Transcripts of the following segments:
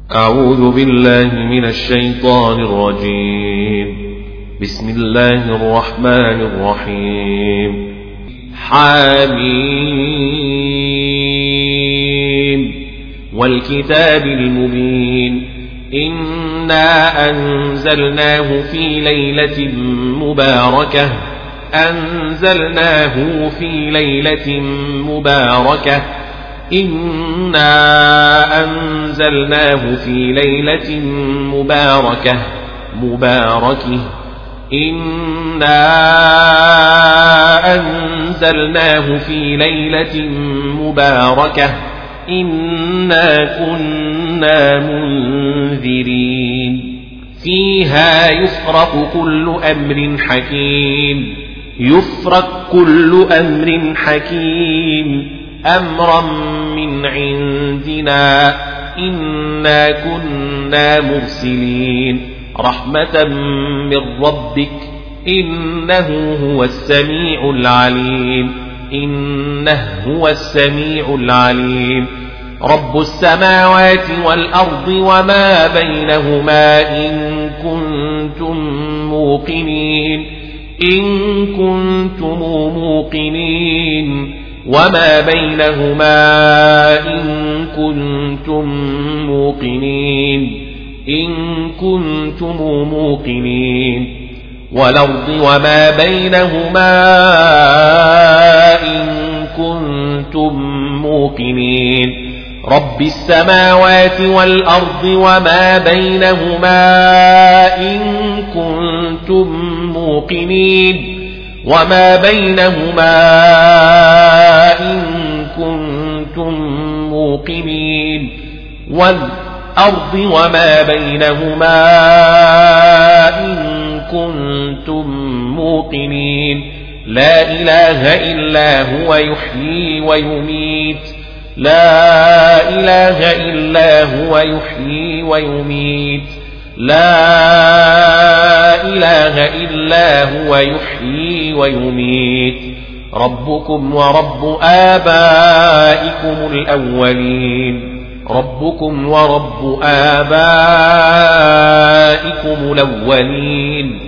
أعوذ بالله من الشيطان الرجيم. بسم الله الرحمن الرحيم. حميم والكتاب المبين إنا أنزلناه في ليلة مباركة إنا أنزلناه في ليلة مباركة إنا أنزلناه في ليلة مباركة إنا كنا منذرين فيها يفرق كل أمر حكيم أمرا من عندنا إنا كنا مرسلين رحمة من ربك إنه هو السميع العليم رب السماوات والأرض وما بينهما إن كنتم موقنين وما بينهما إن كنتم موقنين والأرض وما بينهما إن كنتم موقنين رب السماوات والأرض وما بينهما إن كنتم موقنين والأرض وما بينهما إن كنتم موقنين لا إله إلا هو يحيي ويميت ربكم ورب آبائكم الأولين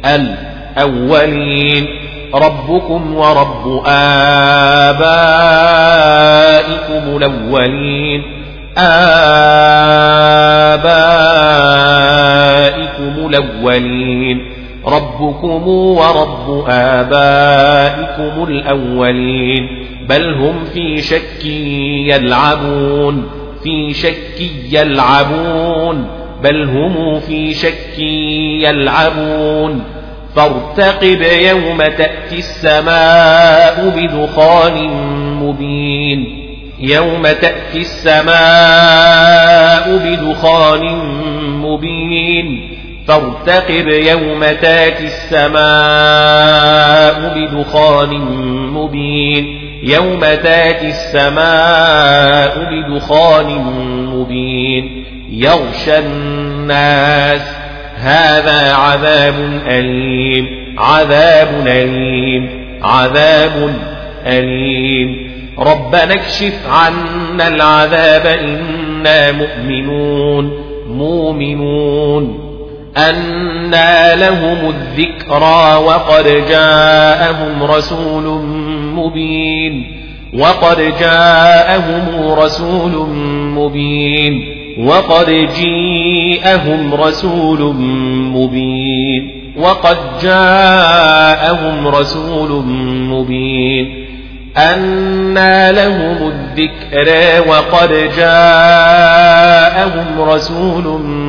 بل هم في شك يلعبون فارتقب يوم تأتي السماء بدخان مبين فارتقب يوم تأتي السماء بدخان مبين يغشى الناس هذا عذاب أليم ربنا اكشف عنا العذاب إنا مؤمنون أنى لهم الذكرى وقد جاءهم رسول مبين أنى لهم الذكرى وقد جاءهم رسول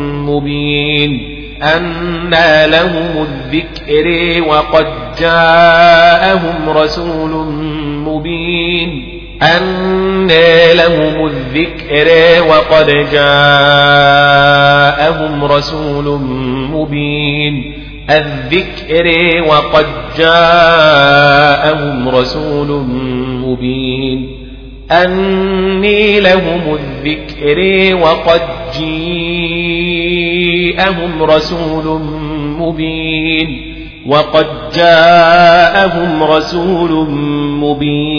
مبين الذكر وقد جاءهم رسول مبين أني لهم الذكر وقد جاءهم رسول مبين وقد جاءهم رسول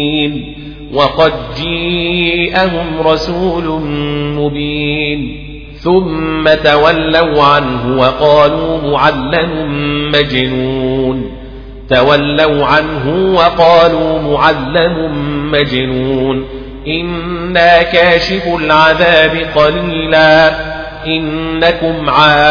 مبين ثم تولوا عنه وقالوا معلم مجنون إنا كاشف العذاب قليلا إنكم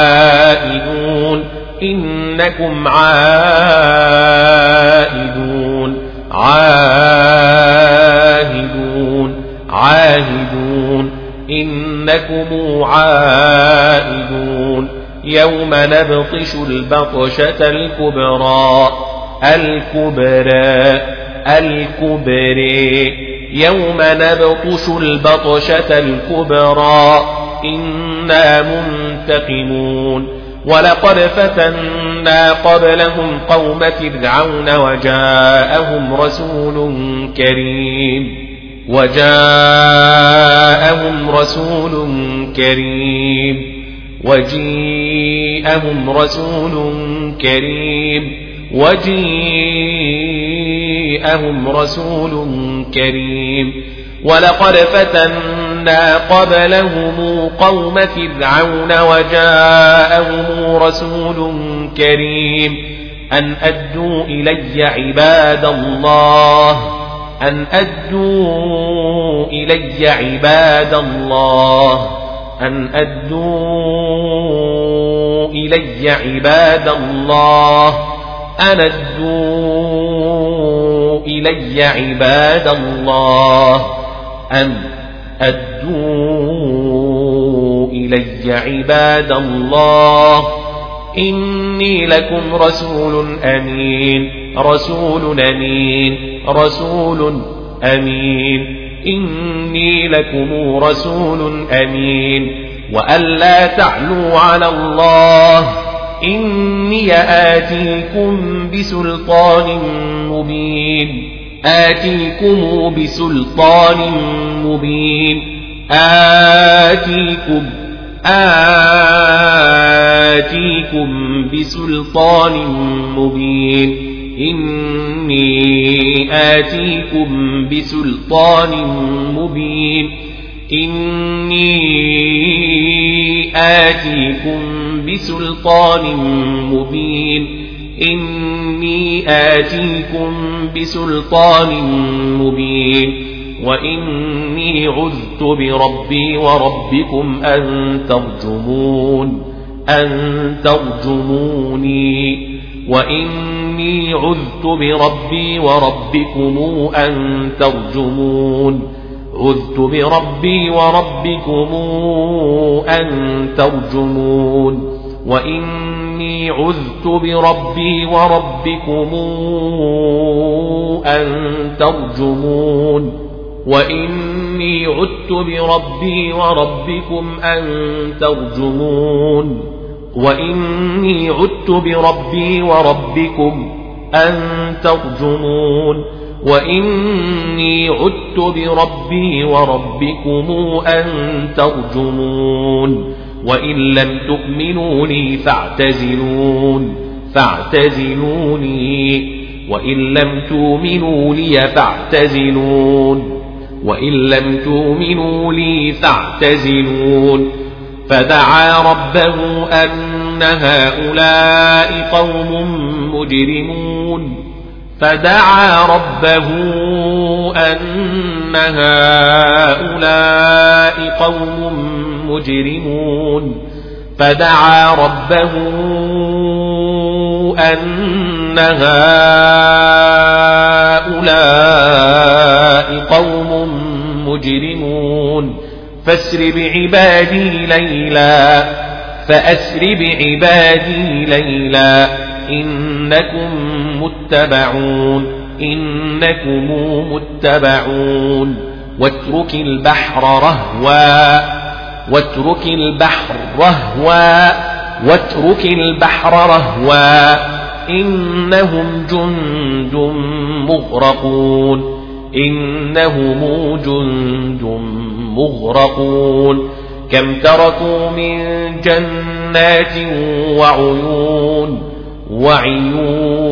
عائدون يوم نبطش البطشة الكبرى يوم نبطش البطشة الكبرى إنا منتقمون ولقد فتنا قبلهم قوم فرعون وجاءهم رسول كريم وجيءهم رسول كريم ولقد فتنا قبلهم قوم فرعون وجاءهم رسول كريم أن أدوا إلي عباد الله أن أدوا إلي عباد الله أن أدوا إلي عباد الله أن أدوا إلي عباد الله أن أدوا إلي عباد الله إني لكم رسول أمين إني لكم رسول أمين وأن لا تعلوا على الله إني آتيكم بسلطان مبين آتيكم بسلطان مبين إني آتيكم بسلطان مبين إني آتيكم بسلطان مبين إني آتيكم بسلطان مبين وإني عذت بربي وربكم أن ترجموني وإني عذت بربي وربكم أن ترجمون عذت بربي وربكم أن ترجمون وإني عذت بربي وربكم أن ترجمون وإني عذت بربي وربكم أن ترجمون وإني عذت بربي وربكم أن ترجمون وإني عذت بربي وربكم أن ترجمون وإن لم تؤمنوا لي فاعتزلوني وإن لم تؤمنوا لي فاعتزلون فدعا ربه أن هؤلاء قوم مجرمون فدعا ربه أن هؤلاء قوم مجرمون فأسر بعبادي ليلا إنكم متبعون واترك البحر رهوا إنهم جند مغرقون كم تركوا من جنات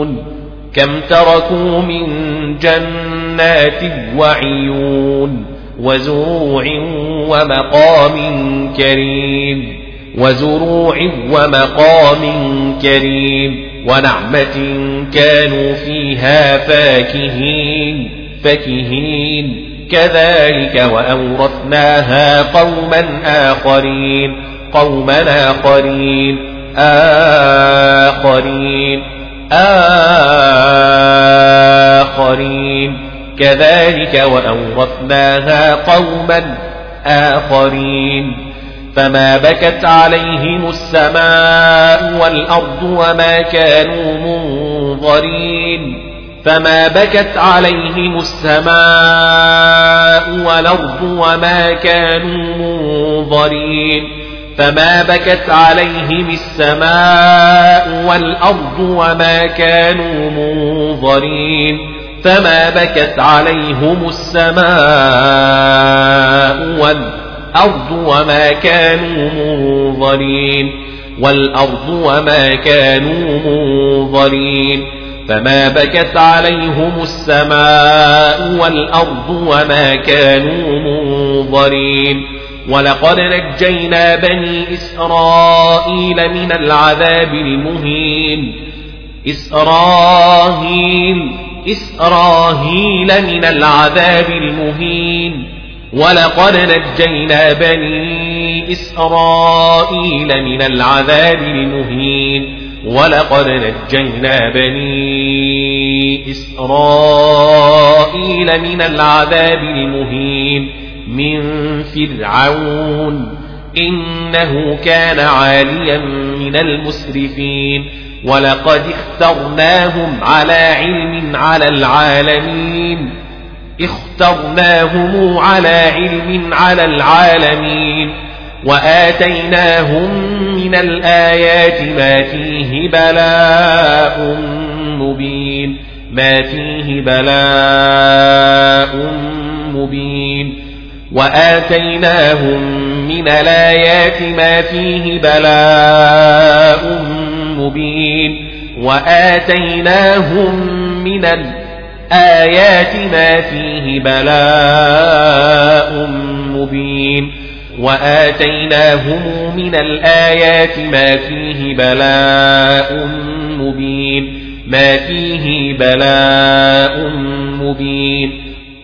وعيون وزروع ومقام كريم وزروع ومقام كريم ونعمة كانوا فيها فاكهين كذلك وأورثناها قوما آخرين كذلك وأورثناها قوما آخرين فما بكت عليهم السماء والأرض وما كانوا منظرين فما بكت عليهم السماء والأرض وما كانوا منظرين فما بكت عليهم السماء والأرض وما كانوا منظرين فما بكت عليهم السماء والأرض وما كانوا منظرين والأرض وما كانوا منظرين فما بكت عليهم السماء والأرض وما كانوا منظرين ولقد نجينا بني إسرائيل من العذاب المهين إسرائيل من العذاب المهين ولقد نجينا بني إسرائيل من العذاب المهين ولقد نجينا بني إسرائيل من العذاب المهين من فرعون إنه كان عاليا من المسرفين ولقد اخترناهم على علم على العالمين وآتيناهم من الآيات ما فيه بلاء مبين وآتيناهم من الآيات ما فيه بلاء مبين وآتيناهم من الآيات ما فيه بلاء مبين وآتيناهم من الآيات ما فيه بلاء مبين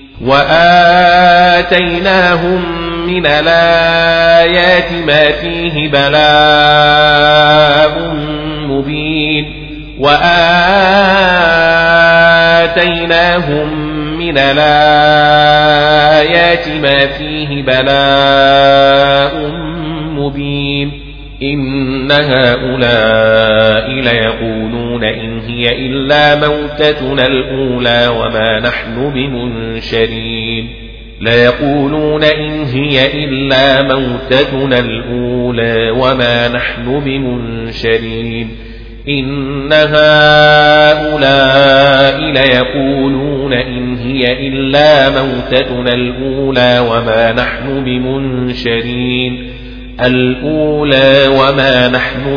وآتيناهم من الآيات ما فيه بلاء مبين وآتيناهم من الآيات ما فيه بلاء مبين إن هؤلاء ليقولون إن هي إلا موتتنا الأولى وما نحن بمنشرين ليقولون إن هي إلا موتتنا الأولى وما نحن بمنشرين إن هؤلاء ليقولون إن هي إلا موتتنا الأولى وما نحن بمنشرين الأولى وما نحن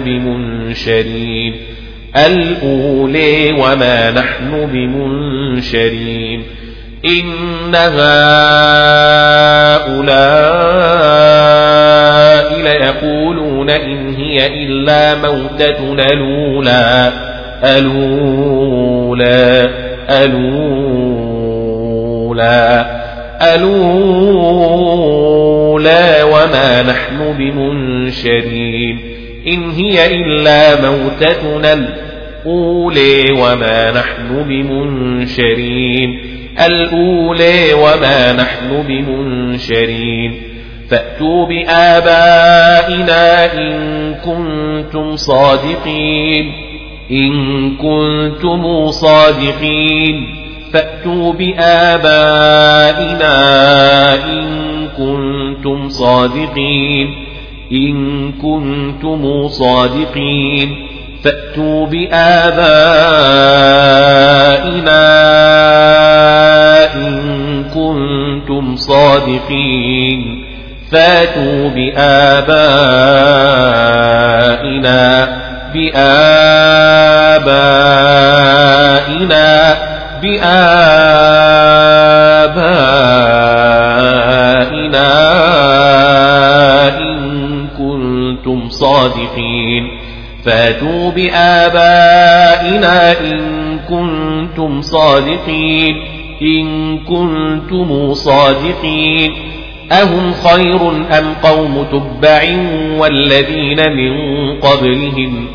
بمنشرين إن هؤلاء ليقولون إن هي إلا موتتنا الأولى وما نحن بمنشرين إن هي إلا موتتنا الأولى وما نحن بمنشرين فأتوا بآبائنا إن كنتم صادقين فأتوا بآبائنا إن كنتم صادقين فأتوا بآبائنا إن كنتم صادقين فأتوا بآبائنا كنتم صادقين فاتوا بآبائنا إن كنتم صادقين إن كنتم صادقين أهم خير أم قوم تبع والذين من قبلهم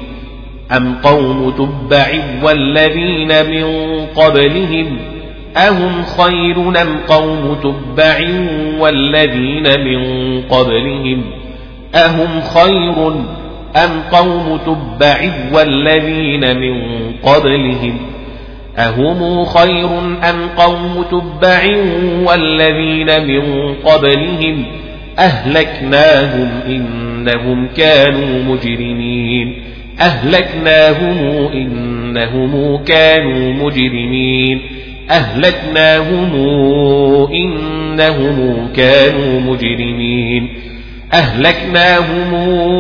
أهم خير أم قوم تبع والذين من قبلهم أهم خير أم قوم تبع والذين من قبلهم أهم خير أم قوم تبع والذين من قبلهم أهلكناهم إنهم كانوا مجرمين أهلكناهم إنهم كانوا مجرمين أهلكناهم إنهم كانوا مجرمين أهلكناهم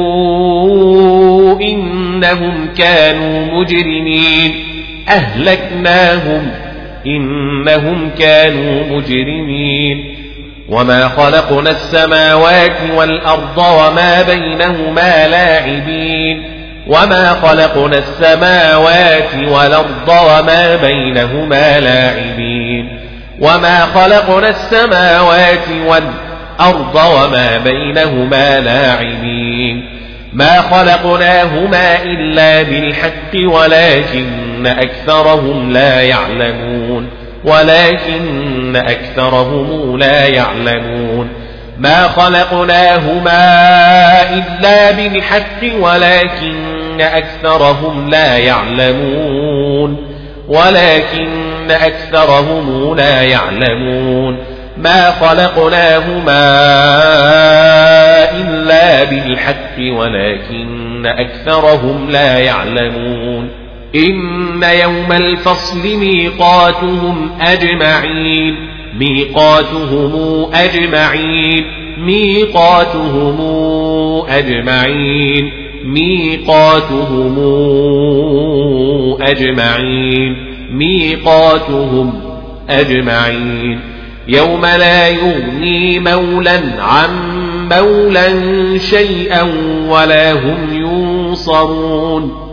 إنهم كانوا مجرمين أهلكناهم إنهم كانوا مجرمين وما خلقنا السماوات والأرض وما بينهما لاعبين وما خلقنا السماوات والأرض وما بينهما لاعبين وما خلقنا السماوات والأرض وما بينهما لاعبين ما خلقناهما إلا بالحق ولكن أكثرهم لا يعلمون ولكن أكثرهم لا يعلمون ما خلقناهما إلا بالحق ولكن أكثرهم لا يعلمون ولكن أكثرهم لا يعلمون ما خلقناهما إلا بالحق ولكن أكثرهم لا يعلمون إن يوم الفصل ميقاتهم أجمعين ميقاتهم أجمعين ميقاتهم أجمعين ميقاتهم أجمعين ميقاتهم أجمعين يوم لا يغني مولا عن مولا شيئا ولا هم ينصرون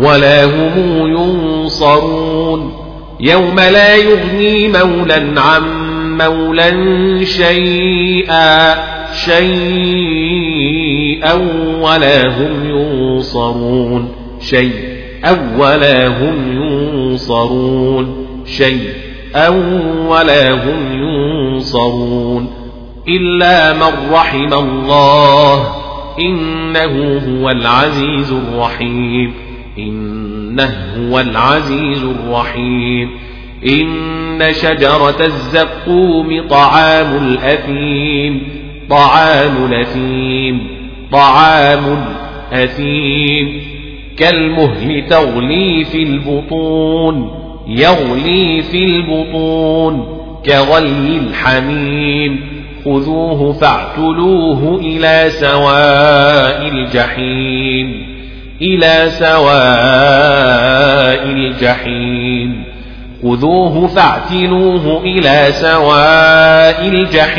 يوم لا يغني مولا عن مولا شيئا ولا هم ينصرون ولا هم ينصرون إلا من رحم الله إنه هو العزيز الرحيم إن شجرة الزقوم طعام الأثيم كالمهل يغلي في البطون كغلي الحميم خذوه فاعتلوه إلى سواء الجحيم خذوه فاعتلوه إلى سواء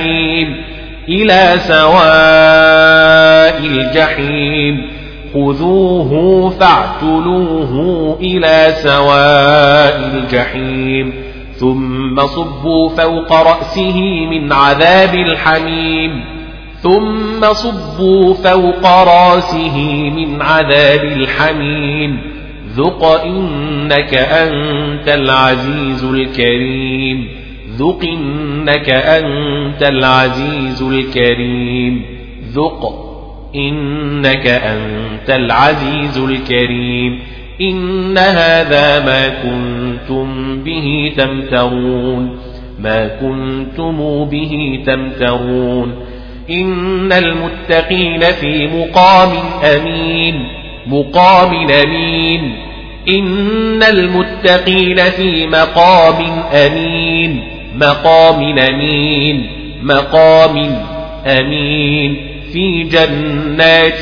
الجحيم خذوه فاعتلوه إلى سواء الجحيم ثم صبوا فوق رأسه من عذاب الحميم ذق إنك أنت العزيز الكريم ذق إنك أنت العزيز الكريم إن هذا ما كنتم به تمترون إن المتقين في مقام أمين إن المتقين في مقام أمين في جنات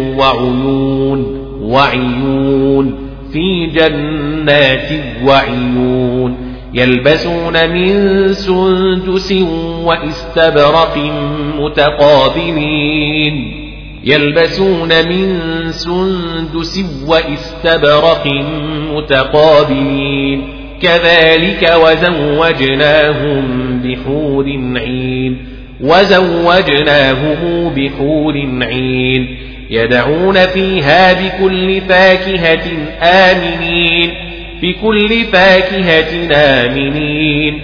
وعيون يلبسون من سندس وإستبرق يلبسون من سندس واستبرق متقابلين كذلك وزوجناهم بحور عين وزوجناهم بحور عين يدعون فيها بكل فاكهة آمنين بكل فاكهة آمنين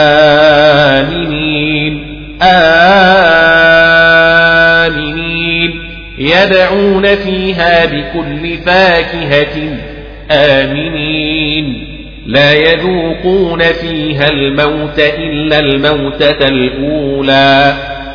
آمنين يدعون فيها بكل فاكهة آمنين لا يذوقون فيها الموت إلا الموتة الأولى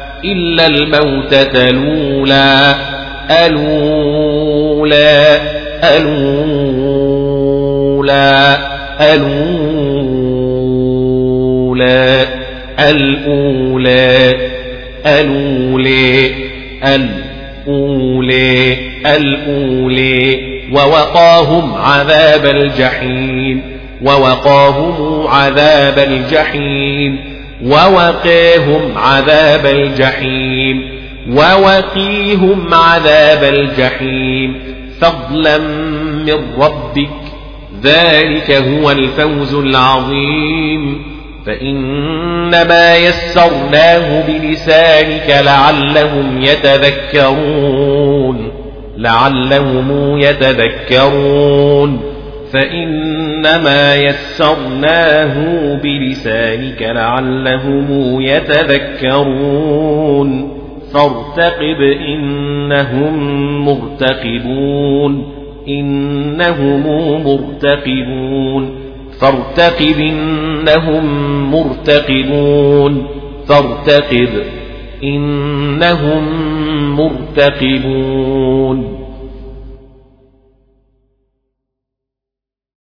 الأولى ووقاهم عذاب الجحيم ووقاهم عذاب الجحيم ووقيهم عذاب الجحيم ووقيهم عذاب الجحيم فضلا من ربك ذلك هو الفوز العظيم فإنما يسرناه بلسانك لعلهم يتذكرون فإنما يسرناه بلسانك لعلهم يتذكرون فارتقب إنهم مرتقبون فارتقب إنهم مرتقبون